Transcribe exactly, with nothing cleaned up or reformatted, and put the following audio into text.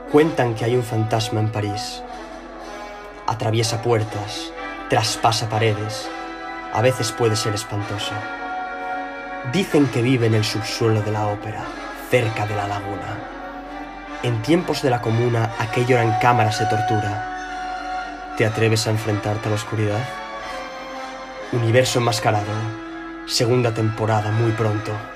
Cuentan que hay un fantasma en París. Atraviesa puertas, traspasa paredes, a veces puede ser espantoso. Dicen que vive en el subsuelo de la ópera, cerca de la laguna. En tiempos de la comuna, aquello en cámaras de tortura. ¿Te atreves a enfrentarte a la oscuridad? Universo enmascarado, segunda temporada muy pronto.